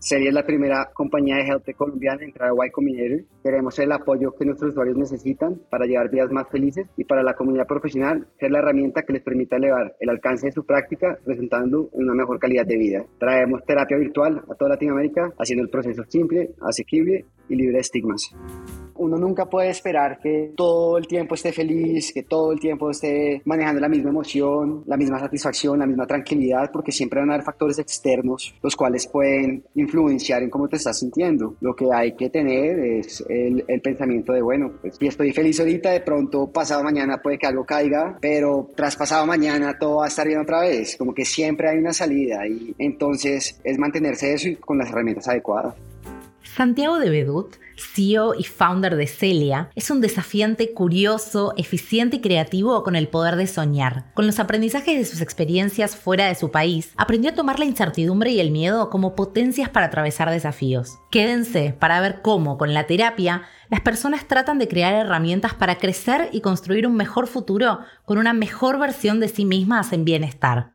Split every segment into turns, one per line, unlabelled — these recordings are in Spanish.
Celia es la primera compañía de health colombiana en entrar a Y Combinator. Queremos ser el apoyo que nuestros usuarios necesitan para llevar vidas más felices y para la comunidad profesional ser la herramienta que les permita elevar el alcance de su práctica, resultando en una mejor calidad de vida. Traemos terapia virtual a toda Latinoamérica, haciendo el proceso simple, asequible y libre de estigmas. Uno nunca puede esperar que todo el tiempo esté feliz, que todo el tiempo esté manejando la misma emoción, la misma satisfacción, la misma tranquilidad, porque siempre van a haber factores externos los cuales pueden influenciar en cómo te estás sintiendo. Lo que hay que tener es el pensamiento de, bueno, pues si estoy feliz ahorita, de pronto pasado mañana puede que algo caiga, pero tras pasado mañana todo va a estar bien otra vez. Como que siempre hay una salida y entonces es mantenerse eso y con las herramientas adecuadas.
Santiago de Bedut, CEO y founder de Celia, es un desafiante, curioso, eficiente y creativo con el poder de soñar. Con los aprendizajes de sus experiencias fuera de su país, aprendió a tomar la incertidumbre y el miedo como potencias para atravesar desafíos. Quédense para ver cómo, con la terapia, las personas tratan de crear herramientas para crecer y construir un mejor futuro con una mejor versión de sí mismas en bienestar.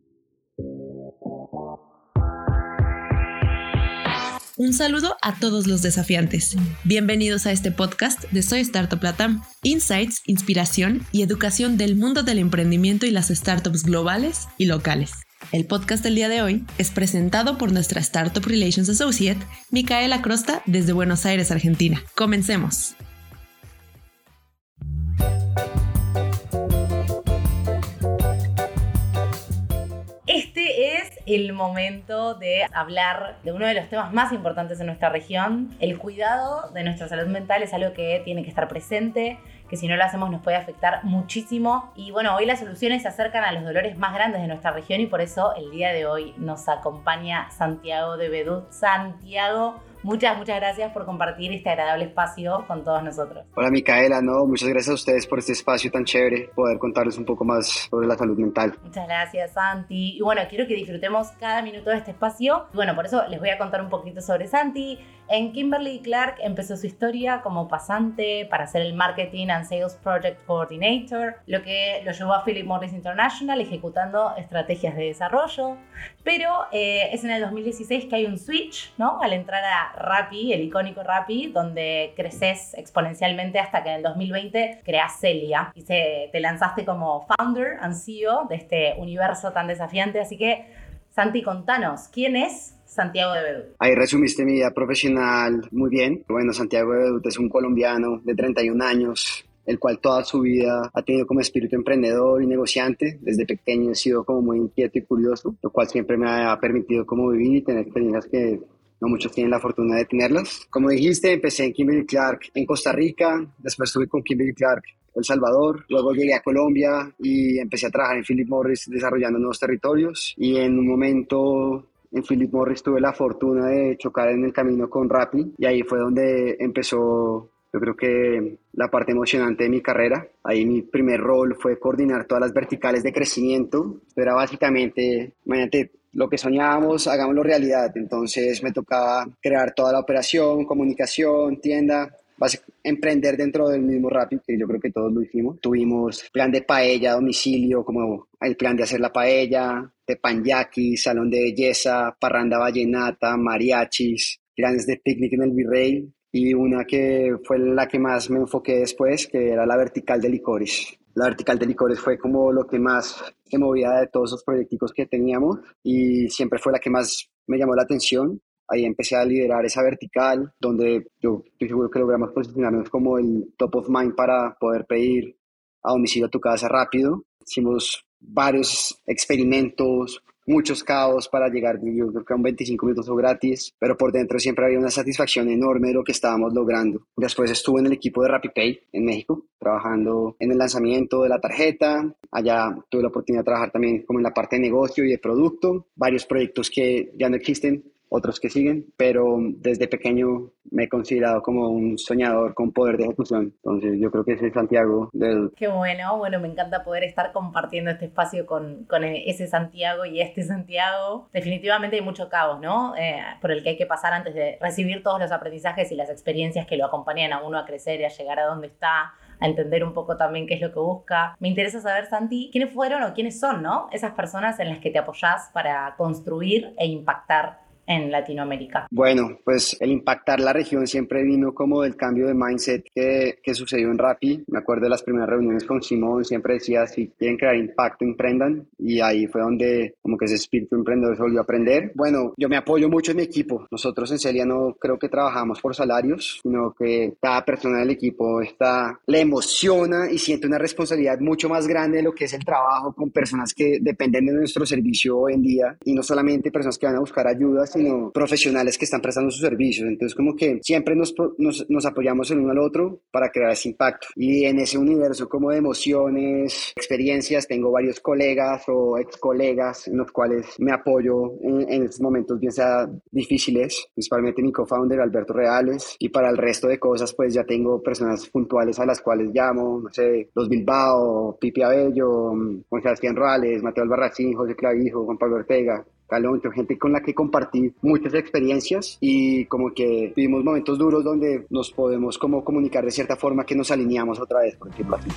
Un saludo a todos los desafiantes. Bienvenidos a este podcast de Soy Startup Latam. Insights, inspiración y educación del mundo del emprendimiento y las startups globales y locales. El podcast del día de hoy es presentado por nuestra Startup Relations Associate, Micaela Crosta, desde Buenos Aires, Argentina. Comencemos.
Este es el momento de hablar de uno de los temas más importantes en nuestra región. El cuidado de nuestra salud mental es algo que tiene que estar presente, que si no lo hacemos nos puede afectar muchísimo. Y bueno, hoy las soluciones se acercan a los dolores más grandes de nuestra región y por eso el día de hoy nos acompaña Santiago de Bedut. Santiago, muchas gracias por compartir este agradable espacio con todos nosotros.
Hola Micaela, muchas gracias a ustedes por este espacio tan chévere, poder contarles un poco más sobre la salud mental.
Muchas gracias, Santi. Y bueno, quiero que disfrutemos cada minuto de este espacio. Y bueno, por eso les voy a contar un poquito sobre Santi. En Kimberly-Clark empezó su historia como pasante para ser el Marketing and Sales Project Coordinator, lo que lo llevó a Philip Morris International ejecutando estrategias de desarrollo. Pero es en el 2016 que hay un switch, ¿no? Al entrar a Rappi, el icónico Rappi, donde creces exponencialmente hasta que en el 2020 creas Celia y te lanzaste como founder and CEO de este universo tan desafiante. Así que, Santi, contanos, ¿quién es Santiago de Bedut?
Ahí resumiste mi vida profesional muy bien. Bueno, Santiago de Bedut es un colombiano de 31 años, el cual toda su vida ha tenido como espíritu emprendedor y negociante. Desde pequeño he sido como muy inquieto y curioso, lo cual siempre me ha permitido como vivir y tener experiencias que no muchos tienen la fortuna de tenerlas. Como dijiste, empecé en Kimberly-Clark en Costa Rica, después estuve con Kimberly-Clark El Salvador, luego llegué a Colombia y empecé a trabajar en Philip Morris desarrollando nuevos territorios y en un momento en Philip Morris tuve la fortuna de chocar en el camino con Rappi y ahí fue donde empezó, yo creo que la parte emocionante de mi carrera. Ahí mi primer rol fue coordinar todas las verticales de crecimiento. Era básicamente, imagínate, lo que soñábamos, hagámoslo realidad. Entonces me tocaba crear toda la operación, comunicación, tienda, emprender dentro del mismo Rappi, que yo creo que todos lo hicimos. Tuvimos plan de paella a domicilio, como el plan de hacer la paella, teppanyaki, salón de belleza, parranda vallenata, mariachis, planes de picnic en el Virrey y una que fue la que más me enfoqué después, que era la vertical de licores. La vertical de licores fue como lo que más se movía de todos esos proyectos que teníamos y siempre fue la que más me llamó la atención. Ahí empecé a liderar esa vertical, donde yo estoy seguro que logramos posicionarnos como el top of mind para poder pedir a domicilio a tu casa rápido. Hicimos varios experimentos, muchos caos para llegar, yo creo que a un 25 minutos o gratis, pero por dentro siempre había una satisfacción enorme de lo que estábamos logrando. Después estuve en el equipo de RappiPay en México, trabajando en el lanzamiento de la tarjeta. Allá tuve la oportunidad de trabajar también como en la parte de negocio y de producto, varios proyectos que ya no existen, otros que siguen, pero desde pequeño me he considerado como un soñador con poder de ejecución. Entonces yo creo que ese es Santiago de...
Qué bueno, me encanta poder estar compartiendo este espacio con ese Santiago y este Santiago. Definitivamente hay mucho caos, ¿no? Por el que hay que pasar antes de recibir todos los aprendizajes y las experiencias que lo acompañan a uno a crecer y a llegar a donde está, a entender un poco también qué es lo que busca. Me interesa saber, Santi, quiénes fueron o quiénes son, ¿no? Esas personas en las que te apoyás para construir e impactar en Latinoamérica?
Bueno, pues el impactar la región siempre vino como del cambio de mindset que sucedió en Rappi. Me acuerdo de las primeras reuniones con Simón, siempre decía, si quieren crear impacto, emprendan. Y ahí fue donde como que ese espíritu emprendedor se volvió a aprender. Bueno, yo me apoyo mucho en mi equipo. Nosotros en Celia no creo que trabajamos por salarios, sino que cada persona del equipo le emociona y siente una responsabilidad mucho más grande de lo que es el trabajo con personas que dependen de nuestro servicio hoy en día. Y no solamente personas que van a buscar ayuda, sino profesionales que están prestando sus servicios. Entonces como que siempre nos apoyamos el uno al otro para crear ese impacto. Y en ese universo como de emociones, experiencias, tengo varios colegas o ex colegas en los cuales me apoyo en estos momentos bien sea difíciles, principalmente mi co-founder Alberto Reales, y para el resto de cosas pues ya tengo personas puntuales a las cuales llamo, no sé, Los Bilbao, Pipi Abello, Juan Sebastián Ruales, Mateo Albarracín, José Clavijo, Juan Pablo Ortega, Caloncho, gente con la que compartí muchas experiencias y como que vivimos momentos duros donde nos podemos como comunicar de cierta forma que nos alineamos otra vez, por decirlo así.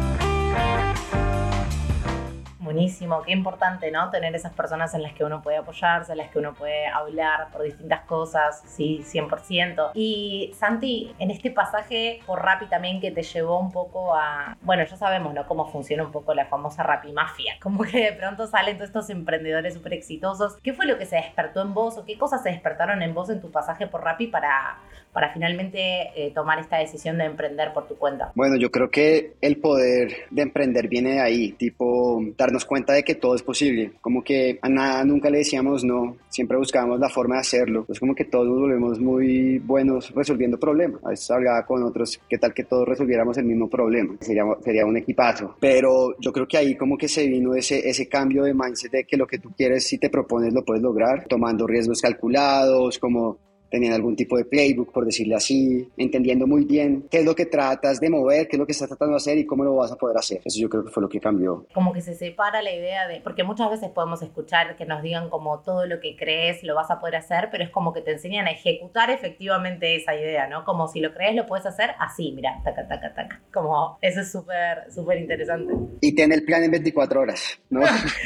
Buenísimo, qué importante, ¿no? Tener esas personas en las que uno puede apoyarse, en las que uno puede hablar por distintas cosas, sí, 100%. Y Santi, en este pasaje por Rappi también que te llevó un poco a... Bueno, ya sabemos, ¿no? Cómo funciona un poco la famosa Rappi Mafia. Como que de pronto salen todos estos emprendedores súper exitosos. ¿Qué fue lo que se despertó en vos o qué cosas se despertaron en vos en tu pasaje por Rappi para finalmente tomar esta decisión de emprender por tu cuenta?
Bueno, yo creo que el poder de emprender viene de ahí, tipo darnos cuenta de que todo es posible, como que a nada nunca le decíamos no, siempre buscábamos la forma de hacerlo, es como que todos nos volvemos muy buenos resolviendo problemas, a veces hablaba con otros, qué tal que todos resolviéramos el mismo problema, sería un equipazo, pero yo creo que ahí como que se vino ese cambio de mindset de que lo que tú quieres, si te propones, lo puedes lograr, tomando riesgos calculados, como teniendo algún tipo de playbook, por decirle así, entendiendo muy bien qué es lo que tratas de mover, qué es lo que estás tratando de hacer y cómo lo vas a poder hacer. Eso yo creo que fue lo que cambió.
Como que se separa la idea de... Porque muchas veces podemos escuchar que nos digan como todo lo que crees lo vas a poder hacer, pero es como que te enseñan a ejecutar efectivamente esa idea, ¿no? Como si lo crees lo puedes hacer así, mira, taca, taca, taca. Como eso es súper, súper interesante.
Y ten el plan en 24 horas, ¿no?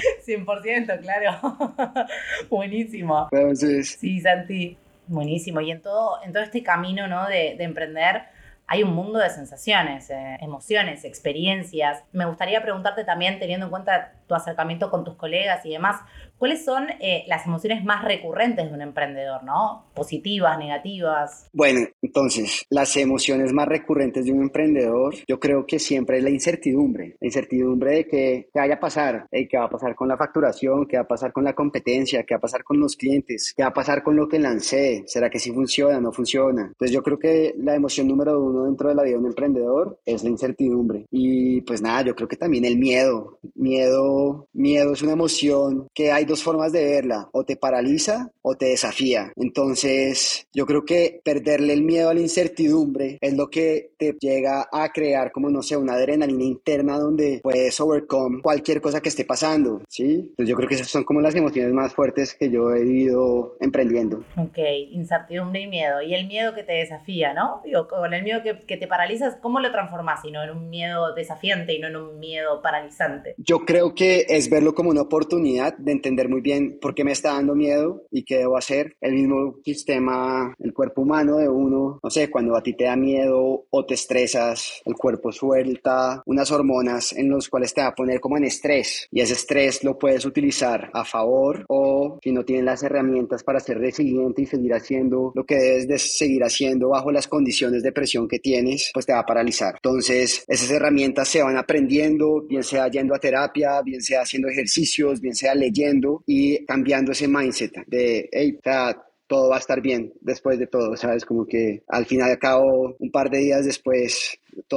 100%, claro. Buenísimo.
Entonces...
Sí, Santi. Buenísimo. Y en todo este camino, ¿no? de emprender hay un mundo de sensaciones, emociones, experiencias. Me gustaría preguntarte también, teniendo en cuenta tu acercamiento con tus colegas y demás, ¿cuáles son las emociones más recurrentes de un emprendedor, ¿no? Positivas, negativas.
Bueno, entonces, las emociones más recurrentes de un emprendedor, yo creo que siempre es la incertidumbre de que qué vaya a pasar, qué va a pasar con la facturación, qué va a pasar con la competencia, qué va a pasar con los clientes, qué va a pasar con lo que lancé, ¿será que sí funciona, no funciona? Entonces yo creo que la emoción número uno dentro de la vida de un emprendedor es la incertidumbre. Y pues nada, yo creo que también el miedo. Miedo es una emoción que hay dos formas de verla, o te paraliza o te desafía. Entonces yo creo que perderle el miedo a la incertidumbre es lo que te llega a crear como, no sé, una adrenalina interna donde puedes overcome cualquier cosa que esté pasando, ¿sí? Entonces yo creo que esas son como las emociones más fuertes que yo he vivido emprendiendo.
Ok, incertidumbre y miedo. Y el miedo que te desafía, ¿no? Digo, con el miedo que te paralizas, ¿cómo lo transformas? Si no en un miedo desafiante y no en un miedo paralizante.
Yo creo que es verlo como una oportunidad de entender muy bien por qué me está dando miedo y qué debo hacer. El mismo sistema, el cuerpo humano de uno, no sé, cuando a ti te da miedo o te estresas, el cuerpo suelta unas hormonas en los cuales te va a poner como en estrés, y ese estrés lo puedes utilizar a favor, o si no tienes las herramientas para ser resiliente y seguir haciendo lo que debes de seguir haciendo bajo las condiciones de presión que tienes, pues te va a paralizar. Entonces esas herramientas se van aprendiendo, bien sea yendo a terapia, bien sea haciendo ejercicios, bien sea leyendo y cambiando ese mindset de, hey, todo va a estar bien después de todo, ¿sabes? Como que al final y al cabo, un par de días después,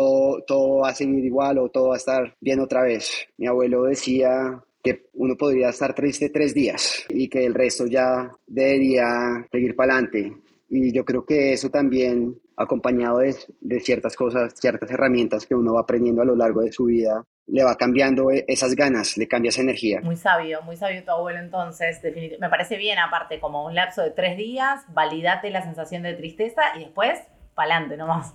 todo va a seguir igual o todo va a estar bien otra vez. Mi abuelo decía que uno podría estar triste 3 días y que el resto ya debería seguir para adelante. Y yo creo que eso también, acompañado de ciertas cosas, ciertas herramientas que uno va aprendiendo a lo largo de su vida, le va cambiando esas ganas, le cambia esa energía.
Muy sabio tu abuelo entonces, definitivamente. Me parece bien aparte, como un lapso de 3 días, validate la sensación de tristeza y después pa'lante nomás.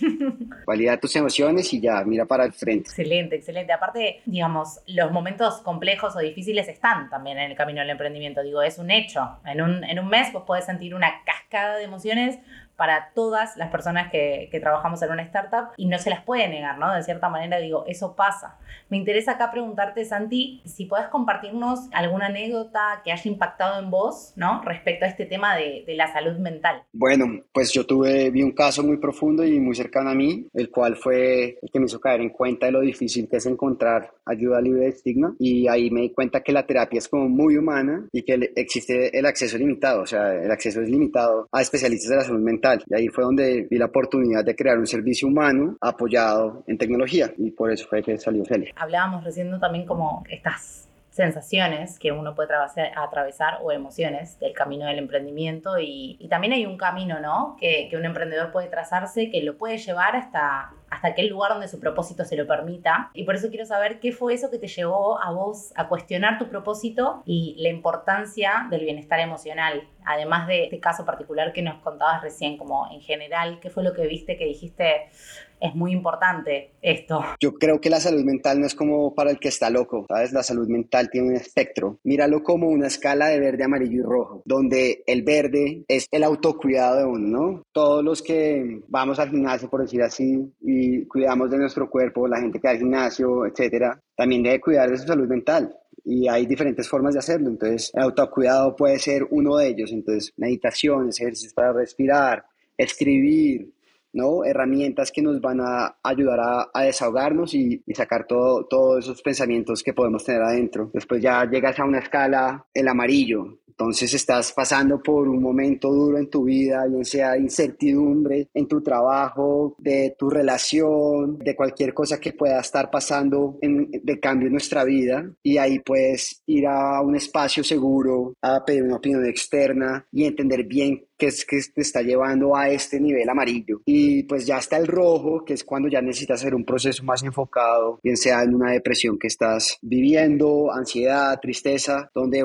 Valida tus emociones y ya, mira para el frente.
Excelente, excelente. Aparte, digamos, los momentos complejos o difíciles están también en el camino del emprendimiento. Digo, es un hecho. En un mes vos podés sentir una cascada de emociones para todas las personas que trabajamos en una startup y no se las puede negar, ¿no? De cierta manera, digo, eso pasa. Me interesa acá preguntarte, Santi, si podés compartirnos alguna anécdota que haya impactado en vos, ¿no? Respecto a este tema de la salud mental.
Bueno, pues yo vi un caso muy profundo y muy cercano a mí, el cual fue el que me hizo caer en cuenta de lo difícil que es encontrar ayuda libre de estigma, y ahí me di cuenta que la terapia es como muy humana y que existe el acceso limitado, o sea, el acceso es limitado a especialistas de la salud mental. Y ahí fue donde vi la oportunidad de crear un servicio humano apoyado en tecnología, y por eso fue que salió Celia.
Hablábamos recién también como estas sensaciones que uno puede atravesar o emociones del camino del emprendimiento y también hay un camino, ¿no? Que un emprendedor puede trazarse, que lo puede llevar hasta aquel lugar donde su propósito se lo permita, y por eso quiero saber qué fue eso que te llevó a vos a cuestionar tu propósito y la importancia del bienestar emocional, además de este caso particular que nos contabas recién, como en general, ¿qué fue lo que viste que dijiste? Es muy importante esto.
Yo creo que la salud mental no es como para el que está loco, ¿sabes? La salud mental tiene un espectro. Míralo como una escala de verde, amarillo y rojo, donde el verde es el autocuidado de uno, ¿no? Todos los que vamos al gimnasio, por decir así, y cuidamos de nuestro cuerpo, la gente que va al gimnasio, etcétera, también debe cuidar de su salud mental. Y hay diferentes formas de hacerlo. Entonces, el autocuidado puede ser uno de ellos. Entonces, meditaciones, ejercicios para respirar, escribir, ¿no? Herramientas que nos van a ayudar a desahogarnos y sacar todos esos pensamientos que podemos tener adentro. Después ya llegas a una escala, el amarillo. Entonces estás pasando por un momento duro en tu vida, bien sea de incertidumbre en tu trabajo, de tu relación, de cualquier cosa que pueda estar pasando de cambio en nuestra vida. Y ahí puedes ir a un espacio seguro, a pedir una opinión externa y entender bien qué es que te está llevando a este nivel amarillo. Y pues ya está el rojo, que es cuando ya necesitas hacer un proceso más enfocado, bien sea en una depresión que estás viviendo, ansiedad, tristeza, donde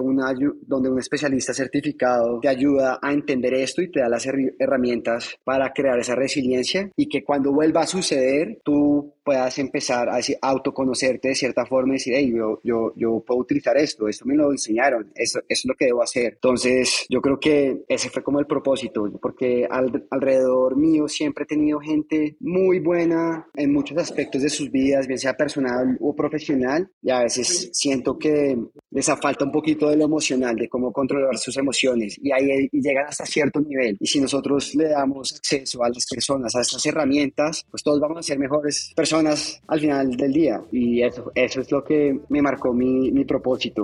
un especialista certificado te ayuda a entender esto y te da las herramientas para crear esa resiliencia, y que cuando vuelva a suceder, tú puedas empezar a autoconocerte de cierta forma y decir, hey, yo puedo utilizar esto me lo enseñaron, esto es lo que debo hacer. Entonces, yo creo que ese fue como el propósito, porque alrededor mío siempre he tenido gente muy buena en muchos aspectos de sus vidas, bien sea personal o profesional, y a veces siento que les falta un poquito de lo emocional, de cómo controlar sus emociones, y ahí llegan hasta cierto nivel. Y si nosotros le damos acceso a las personas a estas herramientas, pues todos vamos a ser mejores personas al final del día, y eso es lo que me marcó mi propósito.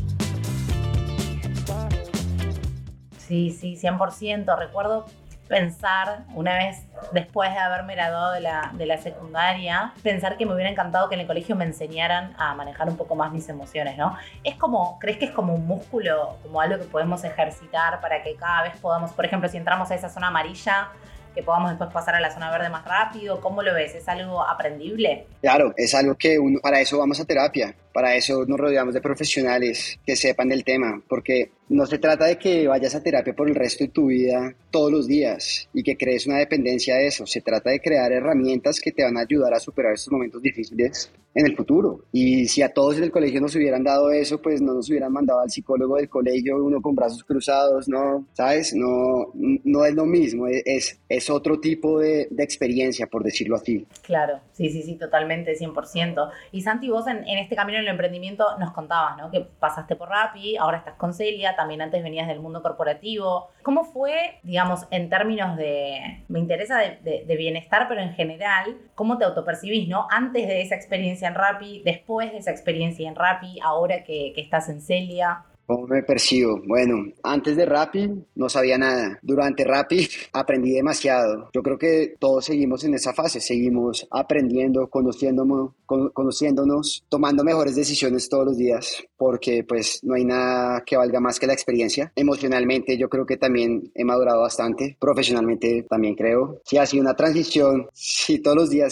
Sí, 100%. Recuerdo pensar, una vez después de haberme graduado de la secundaria, pensar que me hubiera encantado que en el colegio me enseñaran a manejar un poco más mis emociones, ¿no? ¿Crees que es como un músculo, como algo que podemos ejercitar para que cada vez podamos, por ejemplo, si entramos a esa zona amarilla, que podamos después pasar a la zona verde más rápido? ¿Cómo lo ves? ¿Es algo aprendible?
Claro, es algo que para eso vamos a terapia, para eso nos rodeamos de profesionales que sepan del tema, porque no se trata de que vayas a terapia por el resto de tu vida todos los días y que crees una dependencia de eso. Se trata de crear herramientas que te van a ayudar a superar estos momentos difíciles en el futuro. Y si a todos en el colegio nos hubieran dado eso, pues no nos hubieran mandado al psicólogo del colegio, uno con brazos cruzados, ¿no? ¿Sabes? No es lo mismo, es otro tipo de experiencia, por decirlo así.
Claro, sí, totalmente, 100%. Y Santi, vos en este camino del emprendimiento nos contabas, ¿no? Que pasaste por Rappi, ahora estás con Celia, también antes venías del mundo corporativo. ¿Cómo fue, digamos, en términos me interesa de bienestar, pero en general, cómo te autopercibís, ¿no? Antes de esa experiencia en Rappi, después de esa experiencia en Rappi, ahora que estás en Celia.
¿Cómo me percibo? Bueno, antes de Rappi no sabía nada. Durante Rappi aprendí demasiado. Yo creo que todos seguimos en esa fase, seguimos aprendiendo, conociéndonos, tomando mejores decisiones todos los días, porque pues no hay nada que valga más que la experiencia. Emocionalmente yo creo que también he madurado bastante, profesionalmente también creo. Sí, ha sido una transición, sí, todos los días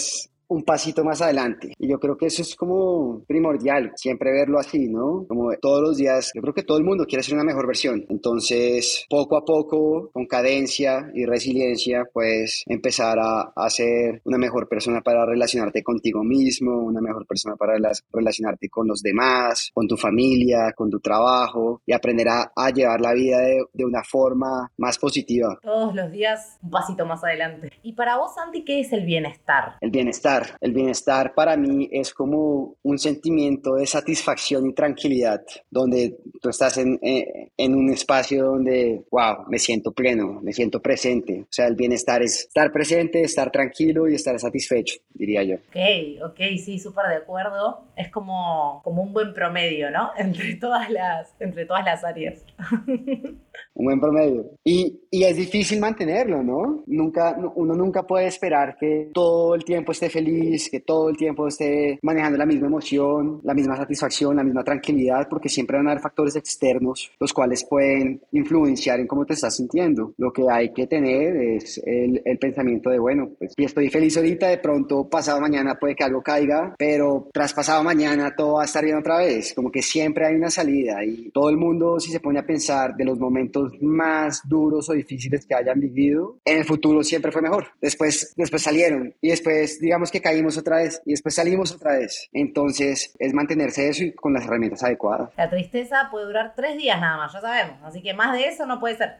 un pasito más adelante. Y yo creo que eso es como primordial, siempre verlo así, ¿no? Como todos los días, yo creo que todo el mundo quiere ser una mejor versión. Entonces, poco a poco, con cadencia y resiliencia, puedes empezar a ser una mejor persona para relacionarte contigo mismo, una mejor persona para relacionarte con los demás, con tu familia, con tu trabajo y aprender a llevar la vida de una forma más positiva.
Todos los días un pasito más adelante. Y para vos, Santi, ¿qué es el bienestar?
El bienestar para mí es como un sentimiento de satisfacción y tranquilidad, donde tú estás en un espacio donde, wow, me siento pleno, me siento presente. O sea, el bienestar es estar presente, estar tranquilo y estar satisfecho, diría yo.
Ok, sí, súper de acuerdo. Es como un buen promedio, ¿no? Entre todas las áreas.
Un buen promedio. Y es difícil mantenerlo, ¿no? Uno nunca puede esperar que todo el tiempo esté feliz, que todo el tiempo esté manejando la misma emoción, la misma satisfacción, la misma tranquilidad, porque siempre van a haber factores externos los cuales pueden influenciar en cómo te estás sintiendo. Lo que hay que tener es el pensamiento de, bueno, pues si estoy feliz ahorita, de pronto pasado mañana puede que algo caiga, pero tras pasado mañana todo va a estar bien otra vez. Como que siempre hay una salida y todo el mundo, si se pone a pensar de los momentos más duros o difíciles que hayan vivido, en el futuro siempre fue mejor. Después salieron y después digamos que caímos otra vez y después salimos otra vez. Entonces es mantenerse eso y con las herramientas adecuadas.
La tristeza puede durar 3 días nada más, ya sabemos. Así que más de eso no puede ser.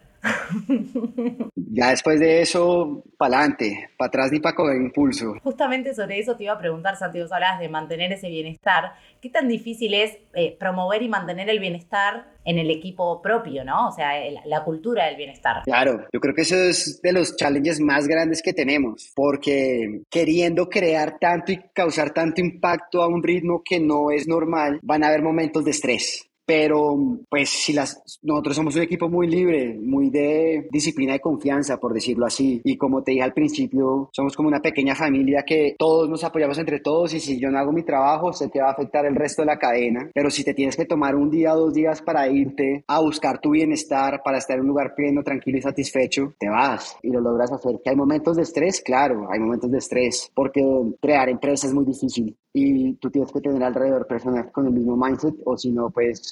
Ya después de eso, para adelante, para atrás ni para coger impulso.
Justamente sobre eso te iba a preguntar, Santi, vos hablabas de mantener ese bienestar. ¿Qué tan difícil es promover y mantener el bienestar en el equipo propio, ¿no? O sea, la cultura del bienestar.
Claro, yo creo que eso es de los challenges más grandes que tenemos, porque queriendo crear tanto y causar tanto impacto a un ritmo que no es normal, van a haber momentos de estrés. Pero pues nosotros somos un equipo muy libre, muy de disciplina y confianza, por decirlo así. Y como te dije al principio, somos como una pequeña familia que todos nos apoyamos entre todos y si yo no hago mi trabajo, sé que va a afectar el resto de la cadena. Pero si te tienes que tomar un día o 2 días para irte a buscar tu bienestar, para estar en un lugar pleno, tranquilo y satisfecho, te vas y lo logras hacer. ¿Que hay momentos de estrés? Claro, hay momentos de estrés, porque crear empresa es muy difícil y tú tienes que tener alrededor personas con el mismo mindset o si no, pues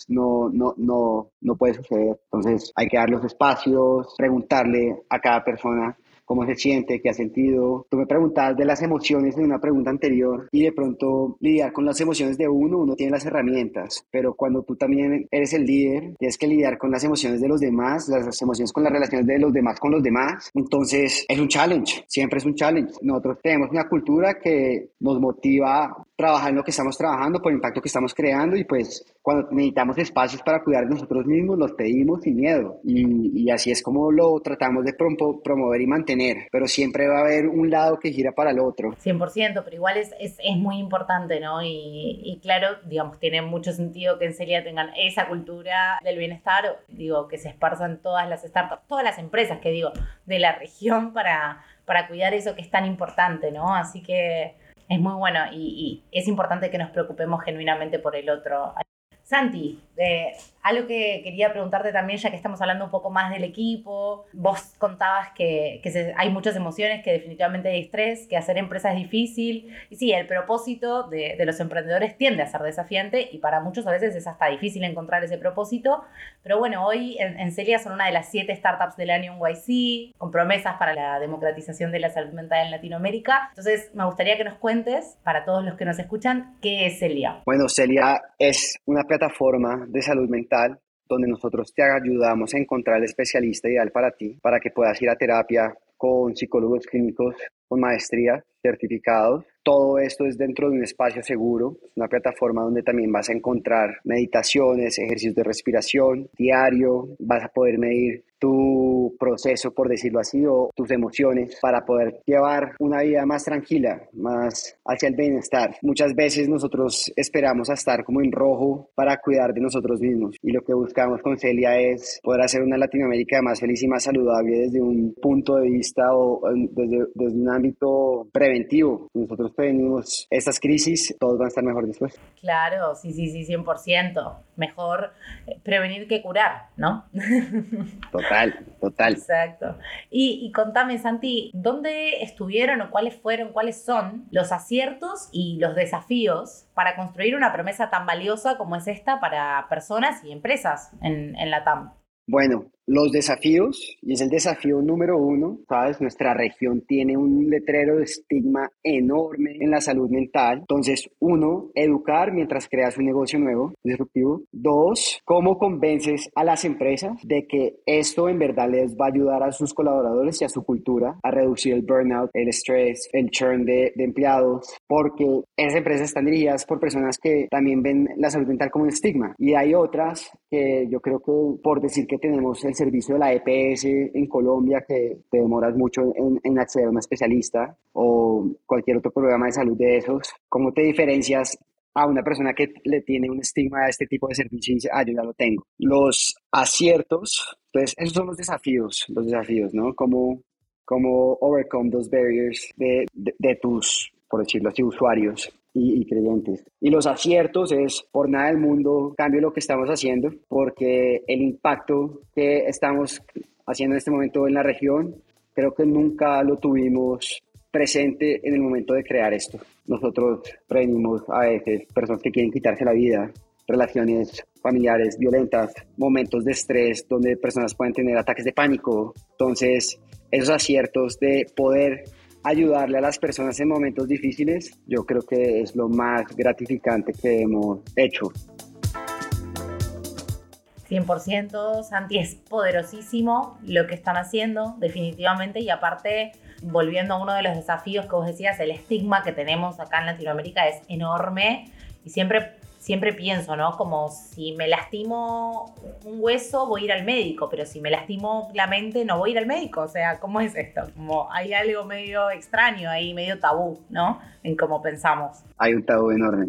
no puede suceder. Entonces hay que dar los espacios, preguntarle a cada persona cómo se siente, qué ha sentido. Tú me preguntabas de las emociones en una pregunta anterior y de pronto lidiar con las emociones de uno tiene las herramientas, pero cuando tú también eres el líder, tienes que lidiar con las emociones de los demás, las emociones con las relaciones de los demás con los demás. Entonces es un challenge, siempre es un challenge. Nosotros tenemos una cultura que nos motiva a trabajar en lo que estamos trabajando, por el impacto que estamos creando y pues cuando necesitamos espacios para cuidar de nosotros mismos, los pedimos sin miedo y así es como lo tratamos de promover y mantener, pero siempre va a haber un lado que gira para el otro.
100%, pero igual es muy importante, ¿no? Y claro, digamos, tiene mucho sentido que en Celia tengan esa cultura del bienestar, digo, que se esparzan todas las startups, todas las empresas que digo, de la región para cuidar eso que es tan importante, ¿no? Así que es muy bueno y es importante que nos preocupemos genuinamente por el otro. Santi, algo que quería preguntarte también, ya que estamos hablando un poco más del equipo, vos contabas que hay muchas emociones, que definitivamente hay estrés, que hacer empresa es difícil, y sí, el propósito de los emprendedores tiende a ser desafiante, y para muchos a veces es hasta difícil encontrar ese propósito, pero bueno, hoy en Celia son una de las 7 startups del año en YC, con promesas para la democratización de la salud mental en Latinoamérica, entonces me gustaría que nos cuentes, para todos los que nos escuchan, ¿qué es Celia?
Bueno, Celia es una plataforma de salud mental donde nosotros te ayudamos a encontrar el especialista ideal para ti, para que puedas ir a terapia con psicólogos clínicos con maestría, certificados. Todo esto es dentro de un espacio seguro, una plataforma donde también vas a encontrar meditaciones, ejercicios de respiración diario, vas a poder medir tu proceso, por decirlo así, o tus emociones para poder llevar una vida más tranquila, más hacia el bienestar. Muchas veces nosotros esperamos a estar como en rojo para cuidar de nosotros mismos y lo que buscamos con Celia es poder hacer una Latinoamérica más feliz y más saludable desde un punto de vista o desde un ámbito preventivo. Nosotros prevenimos estas crisis, todos van a estar mejor después.
Claro, sí, 100%. mejor prevenir que curar, ¿no?
Total.
Exacto. Y contame, Santi, ¿dónde estuvieron o cuáles son los aciertos y los desafíos para construir una promesa tan valiosa como es esta para personas y empresas en la TAM?
Bueno, los desafíos, y es el desafío número uno, ¿sabes? Nuestra región tiene un letrero de estigma enorme en la salud mental. Entonces, uno, educar mientras creas un negocio nuevo, disruptivo. Dos, ¿cómo convences a las empresas de que esto en verdad les va a ayudar a sus colaboradores y a su cultura a reducir el burnout, el estrés, el churn de empleados? Porque esas empresas están dirigidas por personas que también ven la salud mental como un estigma. Y hay otras que yo creo que, por decir que tenemos el servicio de la EPS en Colombia, que te demoras mucho en acceder a un especialista, o cualquier otro programa de salud de esos, ¿cómo te diferencias a una persona que le tiene un estigma a este tipo de servicio y dice, yo ya lo tengo? Los aciertos, pues esos son los desafíos, ¿no? Cómo overcome those barriers de tus, por decirlo así, usuarios y creyentes. Y los aciertos es, por nada del mundo, cambio lo que estamos haciendo, porque el impacto que estamos haciendo en este momento en la región, creo que nunca lo tuvimos presente en el momento de crear esto. Nosotros prevenimos a veces personas que quieren quitarse la vida, relaciones familiares violentas, momentos de estrés donde personas pueden tener ataques de pánico. Entonces, esos aciertos de poder ayudarle a las personas en momentos difíciles, yo creo que es lo más gratificante que hemos hecho.
100%, Santi, es poderosísimo lo que están haciendo, definitivamente, y aparte, volviendo a uno de los desafíos que vos decías, el estigma que tenemos acá en Latinoamérica es enorme, y siempre pienso, ¿no? Como si me lastimo un hueso, voy a ir al médico, pero si me lastimo la mente, no voy a ir al médico. O sea, ¿cómo es esto? Como hay algo medio extraño ahí, medio tabú, ¿no? En cómo pensamos.
Hay un tabú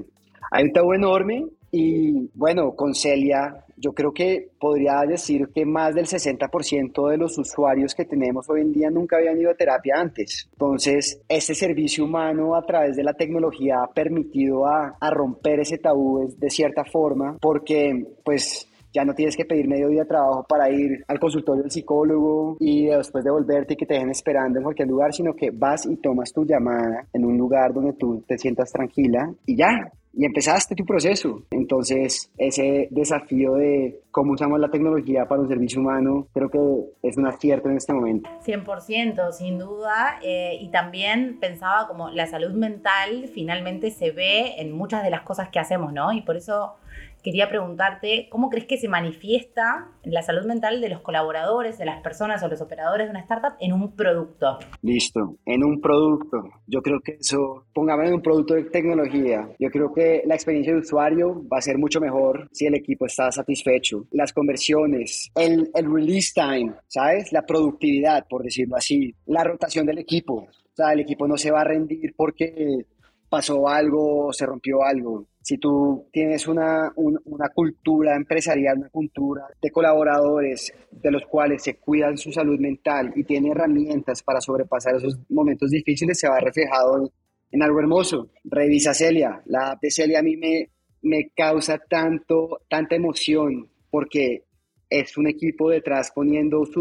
enorme y, bueno, con Celia, yo creo que podría decir que más del 60% de los usuarios que tenemos hoy en día nunca habían ido a terapia antes. Entonces, este servicio humano a través de la tecnología ha permitido a romper ese tabú de cierta forma, porque pues ya no tienes que pedir medio día de trabajo para ir al consultorio del psicólogo y después devolverte y que te dejen esperando en cualquier lugar, sino que vas y tomas tu llamada en un lugar donde tú te sientas tranquila y ya. Y empezaste tu proceso. Entonces, ese desafío de cómo usamos la tecnología para un servicio humano, creo que es un acierto en este momento.
100%, sin duda. Y también pensaba como la salud mental finalmente se ve en muchas de las cosas que hacemos, ¿no? Y por eso quería preguntarte, ¿cómo crees que se manifiesta la salud mental de los colaboradores, de las personas o los operadores de una startup en un producto?
Listo, en un producto. Yo creo que eso, pongámoslo en un producto de tecnología. Yo creo que la experiencia de usuario va a ser mucho mejor si el equipo está satisfecho. Las conversiones, el release time, ¿sabes? La productividad, por decirlo así. La rotación del equipo. O sea, el equipo no se va a rendir porque pasó algo o se rompió algo. Si tú tienes una cultura empresarial, una cultura de colaboradores de los cuales se cuidan su salud mental y tienen herramientas para sobrepasar esos momentos difíciles, se va reflejado en algo hermoso. Revisa Celia. La app de Celia a mí me causa tanta emoción porque es un equipo detrás poniendo su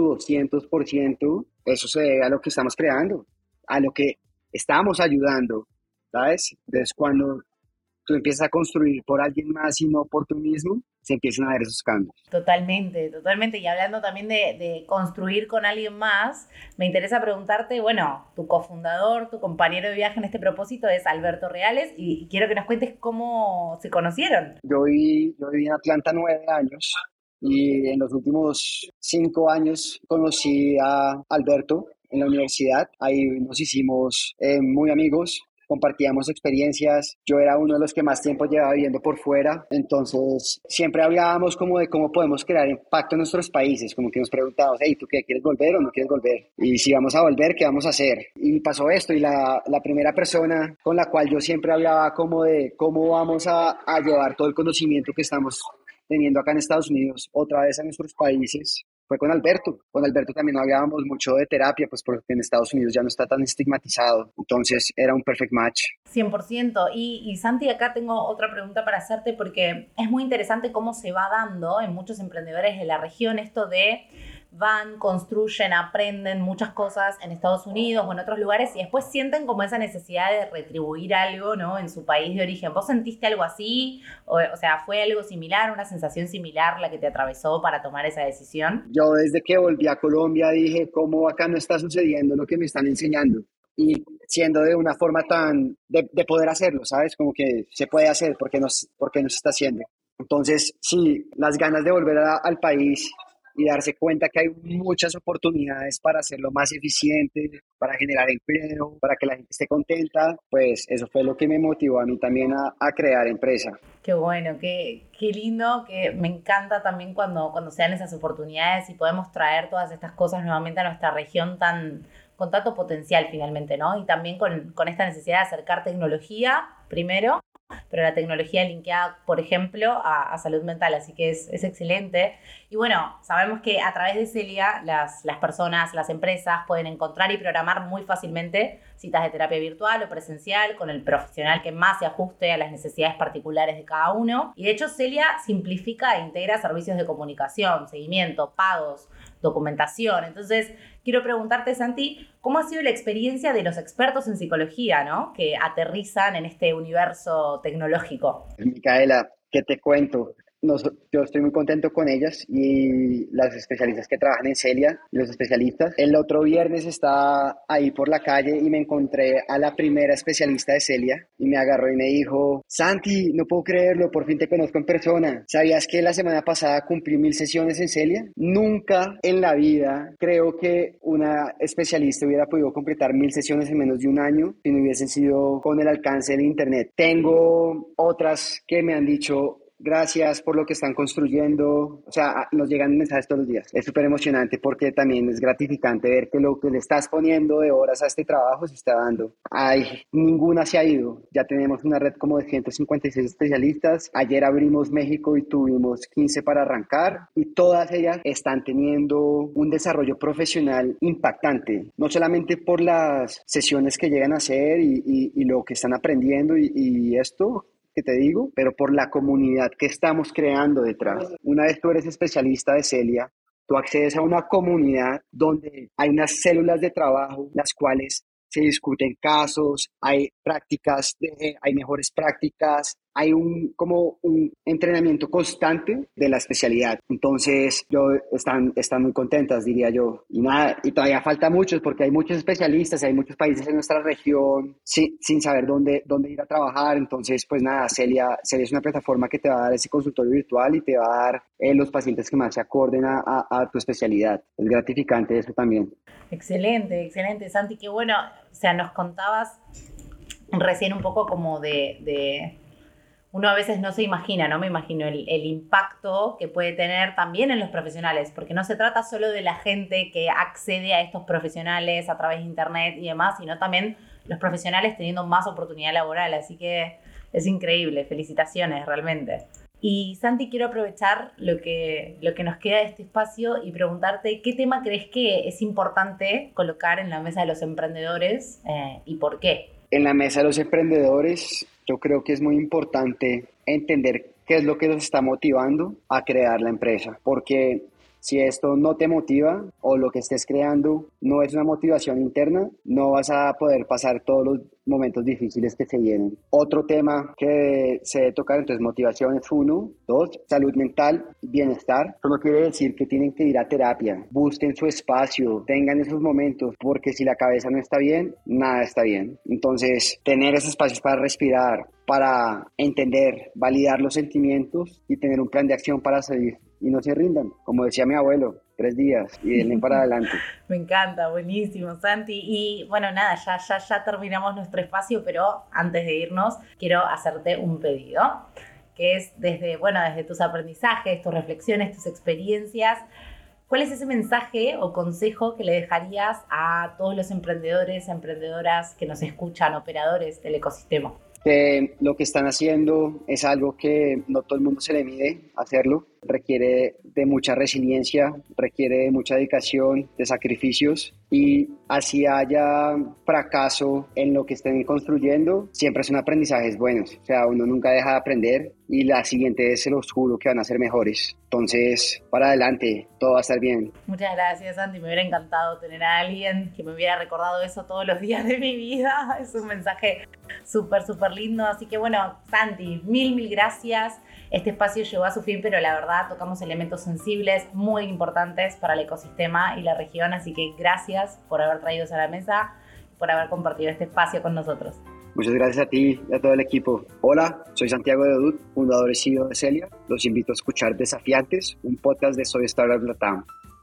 200%. Eso se debe a lo que estamos creando, a lo que estamos ayudando, ¿sabes? Entonces, cuando tú empiezas a construir por alguien más y no por tú mismo, se empiezan a ver esos cambios.
Totalmente, totalmente. Y hablando también de construir con alguien más, me interesa preguntarte, bueno, tu cofundador, tu compañero de viaje en este propósito es Alberto Reales y quiero que nos cuentes cómo se conocieron.
Yo viví en Atlanta 9 años y en los últimos 5 años conocí a Alberto en la universidad. Ahí nos hicimos muy amigos. Compartíamos experiencias, yo era uno de los que más tiempo llevaba viviendo por fuera, entonces siempre hablábamos como de cómo podemos crear impacto en nuestros países, como que nos preguntábamos, hey, ¿tú qué, quieres volver o no quieres volver? Y si vamos a volver, ¿qué vamos a hacer? Y pasó esto y la primera persona con la cual yo siempre hablaba como de cómo vamos a llevar todo el conocimiento que estamos teniendo acá en Estados Unidos otra vez a nuestros países, fue con Alberto. Con Alberto también hablábamos mucho de terapia, pues porque en Estados Unidos ya no está tan estigmatizado. Entonces era un perfect match.
100%. Y Santi, acá tengo otra pregunta para hacerte porque es muy interesante cómo se va dando en muchos emprendedores de la región esto de van, construyen, aprenden muchas cosas en Estados Unidos o en otros lugares y después sienten como esa necesidad de retribuir algo, ¿no? En su país de origen. ¿Vos sentiste algo así? O sea, ¿fue algo similar, una sensación similar la que te atravesó para tomar esa decisión?
Yo desde que volví a Colombia dije, ¿cómo acá no está sucediendo lo que me están enseñando? Y siendo de una forma tan de poder hacerlo, ¿sabes? Como que se puede hacer porque no se está haciendo. Entonces, sí, las ganas de volver al país y darse cuenta que hay muchas oportunidades para hacerlo más eficiente, para generar empleo, para que la gente esté contenta, pues eso fue lo que me motivó a mí también a crear empresa.
Qué bueno, qué lindo, que me encanta también cuando se dan esas oportunidades y podemos traer todas estas cosas nuevamente a nuestra región con tanto potencial finalmente, ¿no? Y también con esta necesidad de acercar tecnología primero, pero la tecnología linkeada, por ejemplo, a salud mental, así que es excelente. Y bueno, sabemos que a través de Celia las personas, las empresas pueden encontrar y programar muy fácilmente citas de terapia virtual o presencial con el profesional que más se ajuste a las necesidades particulares de cada uno. Y de hecho Celia simplifica e integra servicios de comunicación, seguimiento, pagos, documentación. Entonces, quiero preguntarte, Santi, ¿cómo ha sido la experiencia de los expertos en psicología, ¿no? Que aterrizan en este universo tecnológico?
Micaela, ¿qué te cuento? Yo estoy muy contento con ellas y las especialistas que trabajan en Celia, los especialistas. El otro viernes estaba ahí por la calle y me encontré a la primera especialista de Celia y me agarró y me dijo, Santi, no puedo creerlo, por fin te conozco en persona. ¿Sabías que la semana pasada cumplí 1000 sesiones en Celia? Nunca en la vida creo que una especialista hubiera podido completar 1000 sesiones en menos de un año si no hubiesen sido con el alcance del internet. Tengo otras que me han dicho, gracias por lo que están construyendo. O sea, nos llegan mensajes todos los días. Es súper emocionante porque también es gratificante ver que lo que le estás poniendo de horas a este trabajo se está dando. Ay, ninguna se ha ido. Ya tenemos una red como de 156 especialistas. Ayer abrimos México y tuvimos 15 para arrancar y todas ellas están teniendo un desarrollo profesional impactante. No solamente por las sesiones que llegan a hacer y lo que están aprendiendo y esto que te digo, pero por la comunidad que estamos creando detrás. Una vez tú eres especialista de Celia, tú accedes a una comunidad donde hay unas células de trabajo, las cuales se discuten casos, hay prácticas, hay mejores prácticas, hay como un entrenamiento constante de la especialidad. Entonces, están muy contentas, diría yo. Y nada, y todavía falta muchos porque hay muchos especialistas, hay muchos países en nuestra región sin saber dónde ir a trabajar. Entonces, pues nada, Celia es una plataforma que te va a dar ese consultorio virtual y te va a dar los pacientes que más se acorden a tu especialidad. Es gratificante eso también.
Excelente, excelente, Santi. Qué bueno, o sea, nos contabas recién un poco como de uno a veces no se imagina, ¿no? Me imagino el impacto que puede tener también en los profesionales, porque no se trata solo de la gente que accede a estos profesionales a través de internet y demás, sino también los profesionales teniendo más oportunidad laboral, así que es increíble, felicitaciones realmente. Y Santi, quiero aprovechar lo que nos queda de este espacio y preguntarte qué tema crees que es importante colocar en la mesa de los emprendedores y por qué.
En la mesa de los emprendedores, yo creo que es muy importante entender qué es lo que los está motivando a crear la empresa, porque si esto no te motiva o lo que estés creando no es una motivación interna, no vas a poder pasar todos los momentos difíciles que se vienen. Otro tema que se debe tocar, entonces motivación es 1, 2, salud mental, bienestar. Eso no quiere decir que tienen que ir a terapia, busquen su espacio, tengan esos momentos, porque si la cabeza no está bien, nada está bien. Entonces, tener esos espacios para respirar, para entender, validar los sentimientos y tener un plan de acción para seguir. Y no se rindan, como decía mi abuelo, 3 días y denle para adelante.
Me encanta, buenísimo, Santi. Y bueno, nada, ya terminamos nuestro espacio, pero antes de irnos quiero hacerte un pedido, que es desde tus aprendizajes, tus reflexiones, tus experiencias. ¿Cuál es ese mensaje o consejo que le dejarías a todos los emprendedores, emprendedoras que nos escuchan, operadores del ecosistema?
Que lo que están haciendo es algo que no todo el mundo se le mide hacerlo. requiere de mucha resiliencia, requiere de mucha dedicación, de sacrificios, y así haya fracaso en lo que estén construyendo, siempre son aprendizajes buenos. O sea, uno nunca deja de aprender y la siguiente vez se los juro que van a ser mejores. Entonces, para adelante, todo va a estar bien.
Muchas gracias, Santi. Me hubiera encantado tener a alguien que me hubiera recordado eso todos los días de mi vida. Es un mensaje súper, súper lindo. Así que bueno, Santi, mil gracias. Este espacio llegó a su fin, pero la verdad tocamos elementos sensibles muy importantes para el ecosistema y la región. Así que gracias por haber traído eso a la mesa, por haber compartido este espacio con nosotros.
Muchas gracias a ti y a todo el equipo. Hola, soy Santiago de Odud, fundador y CEO de Celia. Los invito a escuchar Desafiantes, un podcast de Soy Startup Latam.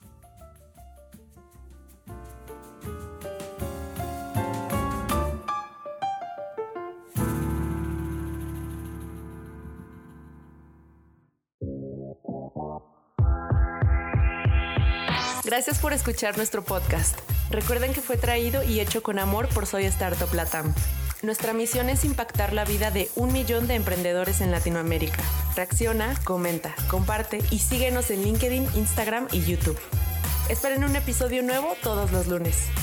Gracias por escuchar nuestro podcast. Recuerden que fue traído y hecho con amor por Soy Startup Latam. Nuestra misión es impactar la vida de 1 millón de emprendedores en Latinoamérica. Reacciona, comenta, comparte y síguenos en LinkedIn, Instagram y YouTube. Esperen un episodio nuevo todos los lunes.